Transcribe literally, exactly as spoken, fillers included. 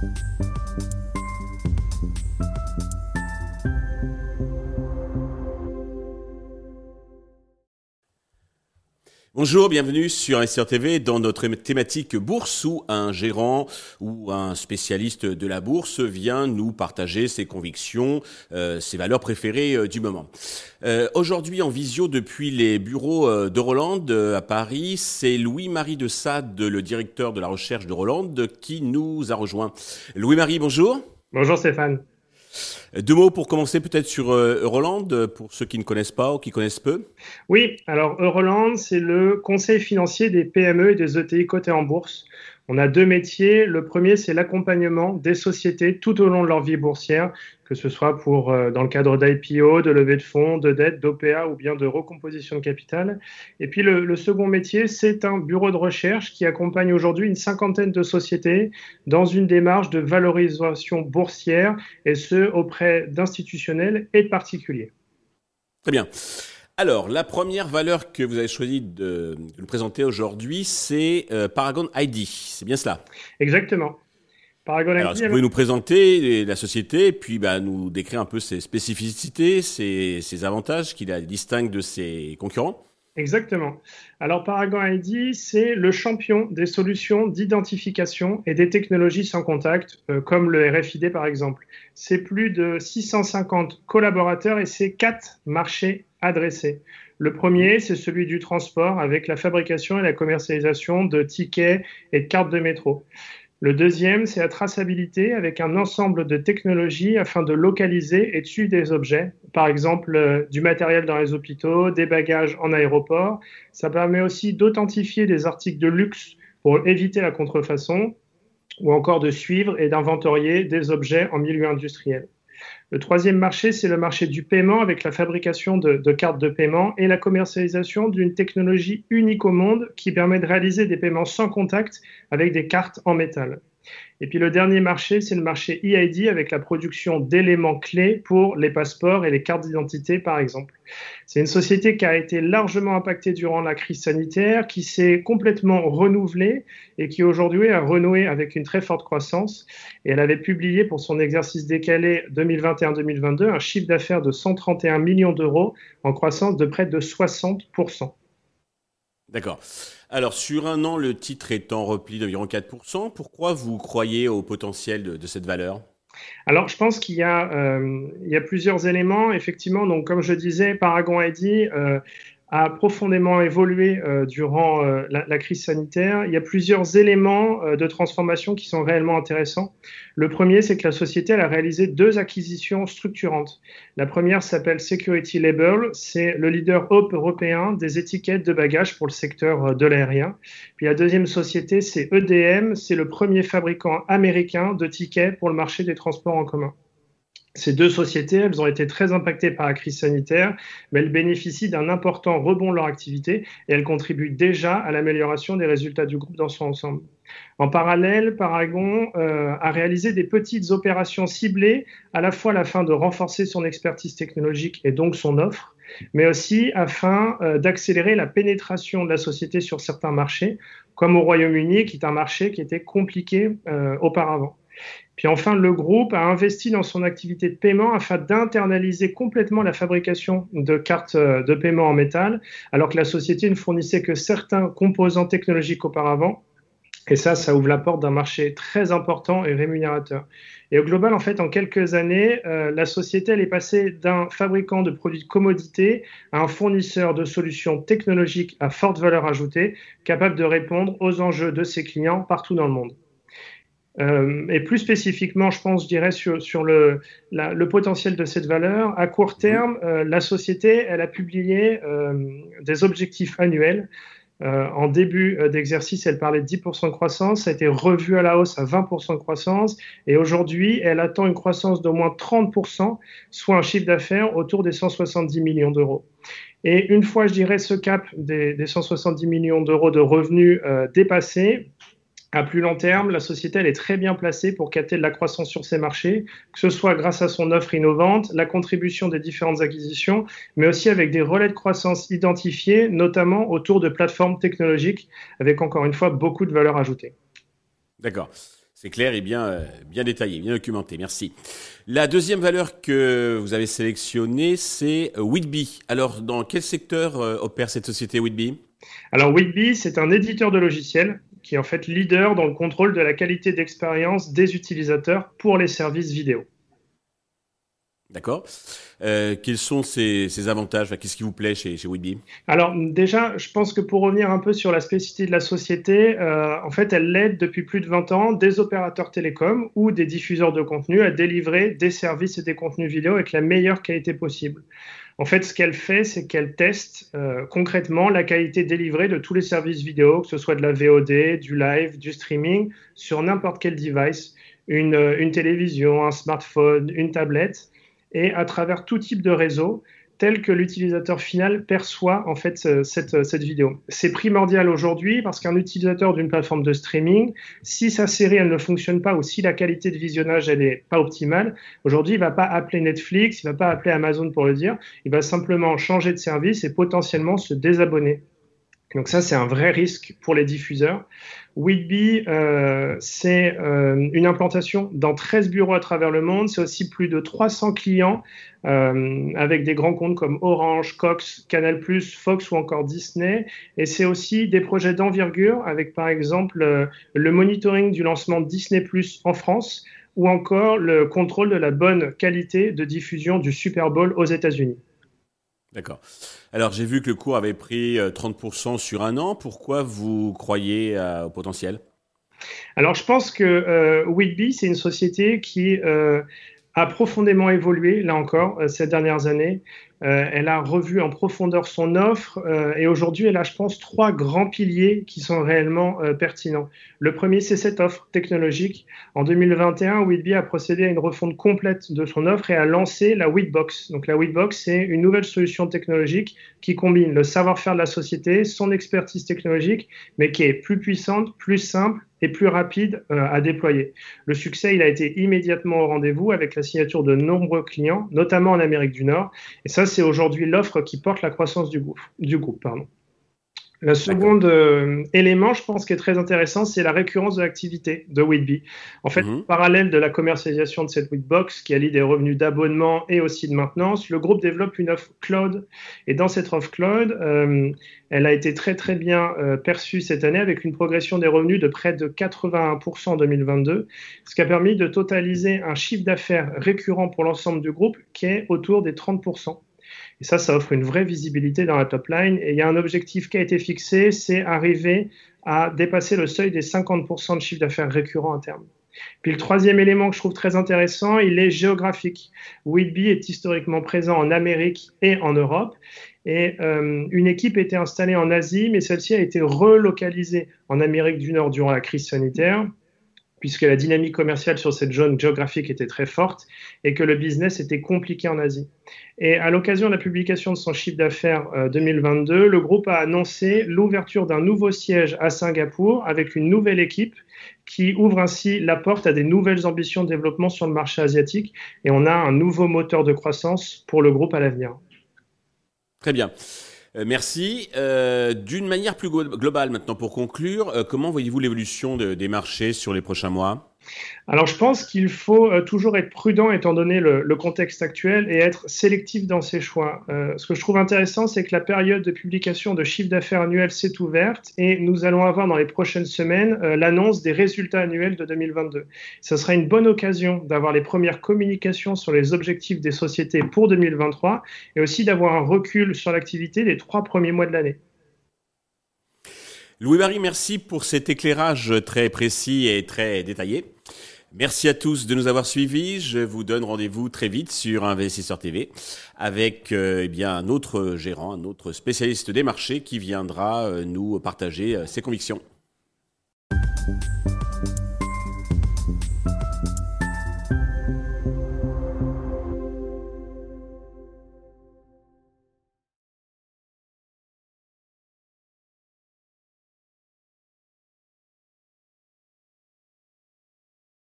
Bonjour, bienvenue sur Investir T V dans notre thématique bourse où un gérant ou un spécialiste de la bourse vient nous partager ses convictions, euh, ses valeurs préférées euh, du moment. Euh, aujourd'hui en visio depuis les bureaux euh, de Roland euh, à Paris, c'est Louis-Marie de Sade, le directeur de la recherche de Roland, qui nous a rejoint. Louis-Marie, bonjour. Bonjour Stéphane. Deux mots pour commencer peut-être sur euh, Euroland, pour ceux qui ne connaissent pas ou qui connaissent peu. Oui, alors Euroland, c'est le conseil financier des P M E et des E T I cotées en bourse. On a deux métiers. Le premier, c'est l'accompagnement des sociétés tout au long de leur vie boursière, que ce soit pour, euh, dans le cadre d'I P O, de levée de fonds, de dette, d'O P A ou bien de recomposition de capital. Et puis le, le second métier, c'est un bureau de recherche qui accompagne aujourd'hui une cinquantaine de sociétés dans une démarche de valorisation boursière, et ce, auprès d'institutionnels et de particuliers. Très bien. Alors, la première valeur que vous avez choisi de, de nous présenter aujourd'hui, c'est euh, Paragon I D. C'est bien cela? Exactement. Paragon Alors, I D, est-ce que vous alors... pouvez nous présenter la société et puis bah, nous décrire un peu ses spécificités, ses, ses avantages qui la distinguent de ses concurrents? Exactement. Alors, Paragon I D, c'est le champion des solutions d'identification et des technologies sans contact, euh, comme le R F I D par exemple. C'est plus de six cent cinquante collaborateurs et c'est quatre marchés adressés. Le premier, c'est celui du transport avec la fabrication et la commercialisation de tickets et de cartes de métro. Le deuxième, c'est la traçabilité avec un ensemble de technologies afin de localiser et de suivre des objets. Par exemple, euh, du matériel dans les hôpitaux, des bagages en aéroport. Ça permet aussi d'authentifier des articles de luxe pour éviter la contrefaçon ou encore de suivre et d'inventorier des objets en milieu industriel. Le troisième marché, c'est le marché du paiement avec la fabrication de, de cartes de paiement et la commercialisation d'une technologie unique au monde qui permet de réaliser des paiements sans contact avec des cartes en métal. Et puis le dernier marché, c'est le marché E I D avec la production d'éléments clés pour les passeports et les cartes d'identité, par exemple. C'est une société qui a été largement impactée durant la crise sanitaire, qui s'est complètement renouvelée et qui aujourd'hui a renoué avec une très forte croissance. Et elle avait publié pour son exercice décalé deux mille vingt et un deux mille vingt-deux un chiffre d'affaires de cent trente et un millions d'euros en croissance de près de soixante pour cent. D'accord. Alors, sur un an, le titre est en repli d'environ quatre pour cent. Pourquoi vous croyez au potentiel de, de cette valeur ? Alors, je pense qu'il y a, euh, il y a plusieurs éléments. Effectivement, donc, comme je disais, Paragon I D euh, a profondément évolué euh, durant euh, la, la crise sanitaire. Il y a plusieurs éléments euh, de transformation qui sont réellement intéressants. Le premier, c'est que la société elle a réalisé deux acquisitions structurantes. La première s'appelle Security Label. C'est le leader européen des étiquettes de bagages pour le secteur de l'aérien. Puis la deuxième société, c'est E D M. C'est le premier fabricant américain de tickets pour le marché des transports en commun. Ces deux sociétés, elles ont été très impactées par la crise sanitaire, mais elles bénéficient d'un important rebond de leur activité et elles contribuent déjà à l'amélioration des résultats du groupe dans son ensemble. En parallèle, Paragon euh, a réalisé des petites opérations ciblées, à la fois à la fin de renforcer son expertise technologique et donc son offre, mais aussi afin euh, d'accélérer la pénétration de la société sur certains marchés, comme au Royaume-Uni, qui est un marché qui était compliqué euh, auparavant. Puis enfin, le groupe a investi dans son activité de paiement afin d'internaliser complètement la fabrication de cartes de paiement en métal, alors que la société ne fournissait que certains composants technologiques auparavant. Et ça, ça ouvre la porte d'un marché très important et rémunérateur. Et au global, en fait, en quelques années, euh, la société elle est passée d'un fabricant de produits de commodité à un fournisseur de solutions technologiques à forte valeur ajoutée, capable de répondre aux enjeux de ses clients partout dans le monde. Euh, et plus spécifiquement, je pense, je dirais, sur, sur le, la, le potentiel de cette valeur. À court terme, euh, la société, elle a publié euh, des objectifs annuels. Euh, en début d'exercice, elle parlait de dix pour cent de croissance. Ça a été revu à la hausse à vingt pour cent de croissance. Et aujourd'hui, elle attend une croissance d'au moins trente pour cent, soit un chiffre d'affaires autour des cent soixante-dix millions d'euros. Et une fois, je dirais, ce cap des, des cent soixante-dix millions d'euros de revenus euh, dépassé, à plus long terme, la société elle est très bien placée pour capter de la croissance sur ses marchés, que ce soit grâce à son offre innovante, la contribution des différentes acquisitions, mais aussi avec des relais de croissance identifiés, notamment autour de plateformes technologiques, avec encore une fois beaucoup de valeur ajoutée. D'accord. C'est clair et bien, euh, bien détaillé, bien documenté. Merci. La deuxième valeur que vous avez sélectionnée, c'est Whitby. Alors, dans quel secteur euh, opère cette société Whitby ? Alors Whitby, c'est un éditeur de logiciels qui est en fait leader dans le contrôle de la qualité d'expérience des utilisateurs pour les services vidéo. D'accord. Euh, quels sont ces, ces avantages ? Enfin, qu'est-ce qui vous plaît chez, chez Whitby ? Alors déjà, je pense que pour revenir un peu sur la spécificité de la société, euh, en fait, elle aide depuis plus de vingt ans des opérateurs télécoms ou des diffuseurs de contenu à délivrer des services et des contenus vidéo avec la meilleure qualité possible. En fait, ce qu'elle fait, c'est qu'elle teste euh, concrètement la qualité délivrée de tous les services vidéo, que ce soit de la V O D, du live, du streaming, sur n'importe quel device, une, une télévision, un smartphone, une tablette, et à travers tout type de réseau, tel que l'utilisateur final perçoit en fait cette, cette vidéo. C'est primordial aujourd'hui parce qu'un utilisateur d'une plateforme de streaming, si sa série elle ne fonctionne pas ou si la qualité de visionnage elle est pas optimale, aujourd'hui il va pas appeler Netflix, il va pas appeler Amazon pour le dire, il va simplement changer de service et potentiellement se désabonner. Donc ça, c'est un vrai risque pour les diffuseurs. Whitby, euh, c'est euh, une implantation dans treize bureaux à travers le monde. C'est aussi plus de trois cents clients euh, avec des grands comptes comme Orange, Cox, Canal plus, Fox ou encore Disney. Et c'est aussi des projets d'envergure avec par exemple euh, le monitoring du lancement de Disney plus en France ou encore le contrôle de la bonne qualité de diffusion du Super Bowl aux États-Unis. D'accord. Alors, j'ai vu que le cours avait pris trente pour cent sur un an. Pourquoi vous croyez euh, au potentiel ? Alors, je pense que euh, Whitby, c'est une société qui euh, a profondément évolué, là encore, euh, ces dernières années. Euh, elle a revu en profondeur son offre euh, et aujourd'hui, elle a, je pense, trois grands piliers qui sont réellement euh, pertinents. Le premier, c'est cette offre technologique. En deux mille vingt et un, Whitby a procédé à une refonte complète de son offre et a lancé la Whitbox. Donc, la Whitbox, c'est une nouvelle solution technologique qui combine le savoir-faire de la société, son expertise technologique, mais qui est plus puissante, plus simple et plus rapide euh, à déployer. Le succès, il a été immédiatement au rendez-vous avec la signature de nombreux clients, notamment en Amérique du Nord. Et ça, c'est aujourd'hui l'offre qui porte la croissance du groupe. Du groupe pardon. Le second euh, élément, je pense, qui est très intéressant, c'est la récurrence de l'activité de Whitby. En fait, mmh. parallèle de la commercialisation de cette Whitbox, qui allie des revenus d'abonnement et aussi de maintenance, le groupe développe une offre cloud. Et dans cette offre cloud, euh, elle a été très très bien euh, perçue cette année avec une progression des revenus de près de quatre-vingt-un pour cent en deux mille vingt-deux, ce qui a permis de totaliser un chiffre d'affaires récurrent pour l'ensemble du groupe qui est autour des trente pour cent. Et ça, ça offre une vraie visibilité dans la top line. Et il y a un objectif qui a été fixé, c'est arriver à dépasser le seuil des cinquante pour cent de chiffre d'affaires récurrent à terme. Puis le troisième élément que je trouve très intéressant, il est géographique. Whitby est historiquement présent en Amérique et en Europe. Et euh, une équipe était installée en Asie, mais celle-ci a été relocalisée en Amérique du Nord durant la crise sanitaire, puisque la dynamique commerciale sur cette zone géographique était très forte et que le business était compliqué en Asie. Et à l'occasion de la publication de son chiffre d'affaires euh, deux mille vingt-deux, le groupe a annoncé l'ouverture d'un nouveau siège à Singapour avec une nouvelle équipe qui ouvre ainsi la porte à des nouvelles ambitions de développement sur le marché asiatique. Et on a un nouveau moteur de croissance pour le groupe à l'avenir. Très bien. Euh, merci. Euh, d'une manière plus globale maintenant pour conclure, euh, comment voyez-vous l'évolution de, des marchés sur les prochains mois ? Alors, je pense qu'il faut euh, toujours être prudent étant donné le, le contexte actuel et être sélectif dans ses choix. Euh, ce que je trouve intéressant, c'est que la période de publication de chiffre d'affaires annuel s'est ouverte et nous allons avoir dans les prochaines semaines euh, l'annonce des résultats annuels de deux mille vingt-deux. Ce sera une bonne occasion d'avoir les premières communications sur les objectifs des sociétés pour deux mille vingt-trois et aussi d'avoir un recul sur l'activité des trois premiers mois de l'année. Louis-Marie, merci pour cet éclairage très précis et très détaillé. Merci à tous de nous avoir suivis. Je vous donne rendez-vous très vite sur Investisseur T V avec euh, eh bien, un autre gérant, un autre spécialiste des marchés qui viendra euh, nous partager euh, ses convictions.